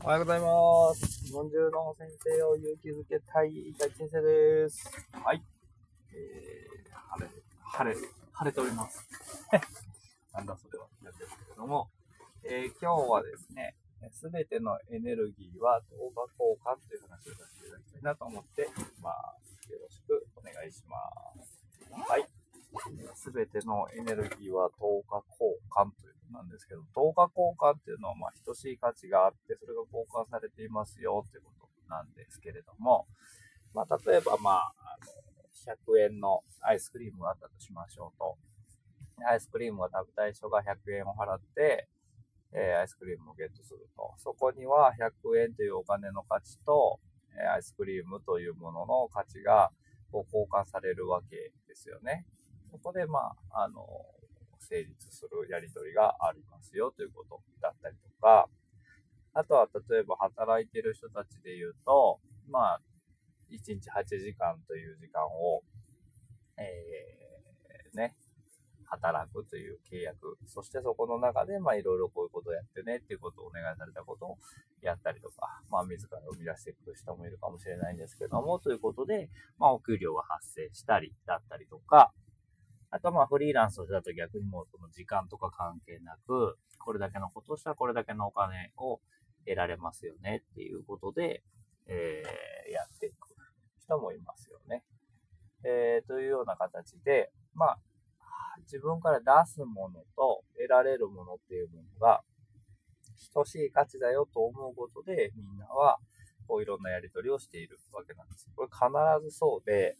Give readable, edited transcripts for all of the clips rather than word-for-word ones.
おはようございます。日本中の先生を勇気づけたい大先生です。はい。晴れております。なんだそれはなんですけれども、今日はですね、すべてのエネルギーは等価交換という話をさせていただきたいなと思っています。よろしくお願いします。はい。すべてのエネルギーは等価交換ということなんですけど、等価交換っていうのは等しい価値があって、それが交換されていますよということなんですけれども、例えば100円のアイスクリームがあったとしましょうと、アイスクリームを食べたい人が100円を払って、アイスクリームをゲットすると、そこには100円というお金の価値と、アイスクリームというものの価値が交換されるわけですよね。そこで成立するやり取りがありますよということだったりとか、あとは例えば働いている人たちで言うと、1日8時間という時間を、働くという契約、そしてそこの中でいろいろこういうことをやってねっていうことをお願いされたことをやったりとか、自ら生み出していく人もいるかもしれないんですけども、ということで、お給料が発生したりだったりとか、あとフリーランスをしたと逆にもうその時間とか関係なく、これだけのことをしたらこれだけのお金を得られますよねっていうことで、やっていく人もいますよね。というような形で、自分から出すものと得られるものっていうものが等しい価値だよと思うことで、みんなはこういろんなやり取りをしているわけなんです。これ必ずそうで、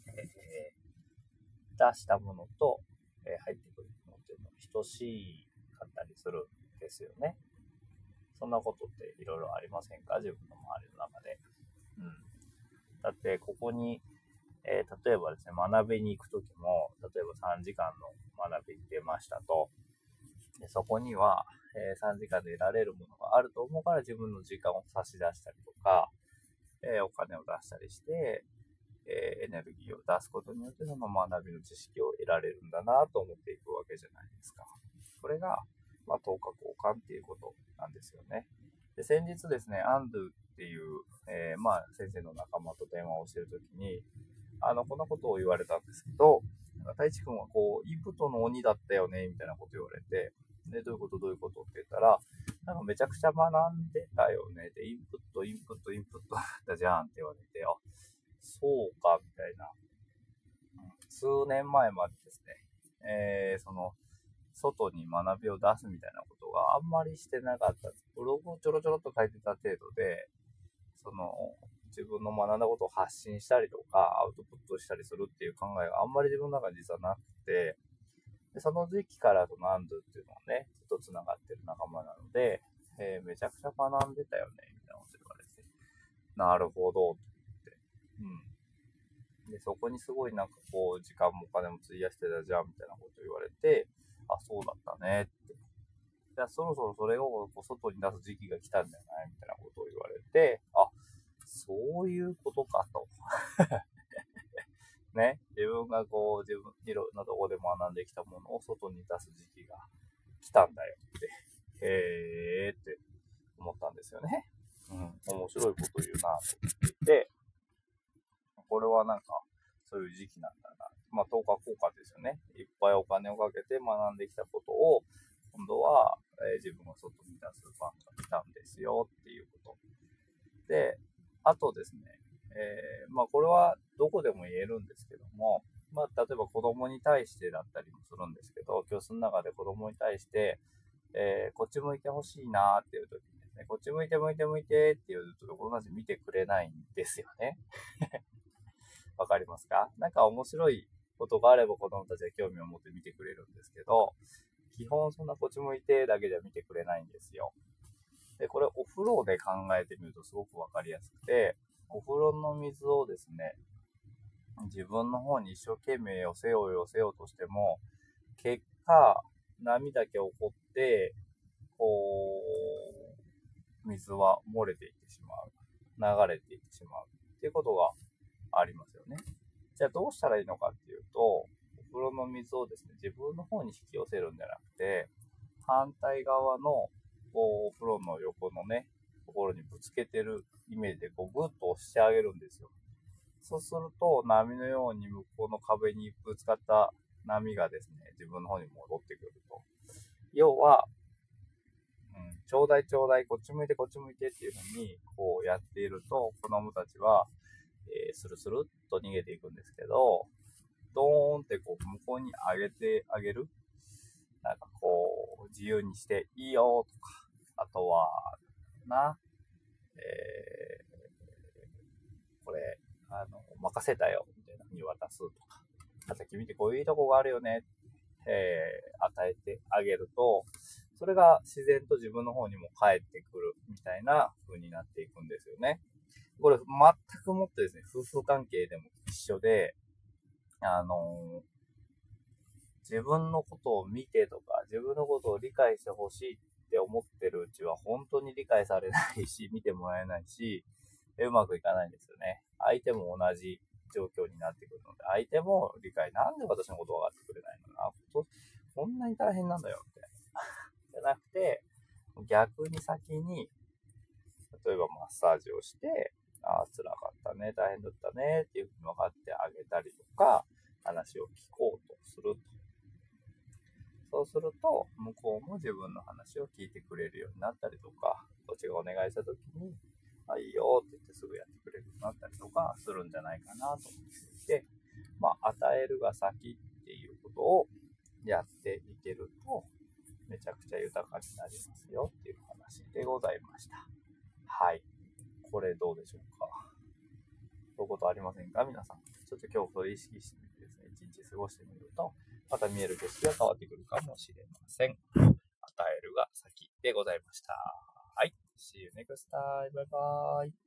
出したものと、入ってくるものっていうのは等しかったりするんですよね。そんなことっていろいろありませんか？自分の周りの中で。だってここに、例えばですね、学びに行くときも、例えば3時間の学びに出ましたと。でそこには、3時間で得られるものがあると思うから自分の時間を差し出したりとか、お金を出したりして、エネルギーを出すことによってその学びの知識を得られるんだなと思っていくわけじゃないですか。これが、等価交換っていうことなんですよね。で、先日ですね、アンドゥっていう、先生の仲間と電話をしているときに、こんなことを言われたんですけど、太一君はインプットの鬼だったよね、みたいなこと言われて、で、どういうことって言ったら、めちゃくちゃ学んでたよね。で、インプットだったじゃんって言われて、そうか、みたいな。数年前までですね、外に学びを出すみたいなことがあんまりしてなかった。ブログをちょろちょろっと書いてた程度で、自分の学んだことを発信したりとか、アウトプットしたりするっていう考えがあんまり自分の中に実はなくて、でその時期からそのアンドゥっていうのはね、ずっと繋がってる仲間なので、めちゃくちゃ学んでたよね、みたいなこと言われて、なるほど、と思って。で、そこにすごい時間もお金も費やしてたじゃん、みたいなこと言われて、そうだったね、って。じゃあそろそろそれを外に出す時期が来たんじゃないみたいなことを言われて、そういうことかと。ね。自分がいろんなところで学んできたものを外に出す時期が来たんだよって、へーって思ったんですよね。面白いこと言うなと思っていて、これはそういう時期なんだな。等価交換ですよね。いっぱいお金をかけて学んできたことを、今度は、自分が外に出す番が来たんですよっていうこと。で、あとですね、これはどこでも言えるんですけども、例えば子供に対してだったりもするんですけど、教室の中で子供に対して、こっち向いてほしいなーっていう時にですね、こっち向いてって言うと子供たち見てくれないんですよね。わかりますか？面白いことがあれば子供たちは興味を持って見てくれるんですけど、基本そんなこっち向いてだけじゃ見てくれないんですよ。で、これお風呂で考えてみるとすごくわかりやすくて、お風呂の水をですね、自分の方に一生懸命寄せようとしても、結果、波だけ起こって、水は漏れていってしまう。流れていってしまう。っていうことがありますよね。じゃあどうしたらいいのかっていうと、お風呂の水をですね、自分の方に引き寄せるんじゃなくて、反対側のお風呂の横のね、 ところにぶつけてるイメージでこうグッと押してあげるんですよ。そうすると波のように向こうの壁にぶつかった波がですね、自分の方に戻ってくると。要は、ちょうだいちょうだい、こっち向いてこっち向いてっていう風にこうやっていると、子供たちは、スルスルっと逃げていくんですけど、ドーンってこう向こうに上げてあげる。なんかこう、自由にしていいよとか、あとは、これ、任せたよ、みたいな風に渡すとか、あと君ってこういういいとこがあるよね、与えてあげると、それが自然と自分の方にも返ってくるみたいな風になっていくんですよね。これ全くもってですね、夫婦関係でも一緒で、自分のことを見てとか、自分のことを理解してほしいって思ってるうちは本当に理解されないし、見てもらえないし、うまくいかないんですよね。相手も同じ状況になってくるので、相手も理解、なんで私のこと分かってくれないのかな、こんなに大変なんだよって。じゃなくて、逆に先に、例えばマッサージをして、辛かったね、大変だったねっていうふうに分かってあげたりとか、話を聞こうとすると。そうすると、向こうも自分の話を聞いてくれるようになったりとか、こっちがお願いしたときに、いいよって言ってすぐやってくれるようになったりとかするんじゃないかなと思っていて、与えるが先っていうことをやっていけると、めちゃくちゃ豊かになりますよっていう話でございました。はい。これどうでしょうか。そういうことありませんか皆さん。ちょっと今日それ意識してみてですね、一日過ごしてみると、また見える景色が変わってくるかもしれません。与えるが先でございました。はい。See you next time. Bye bye.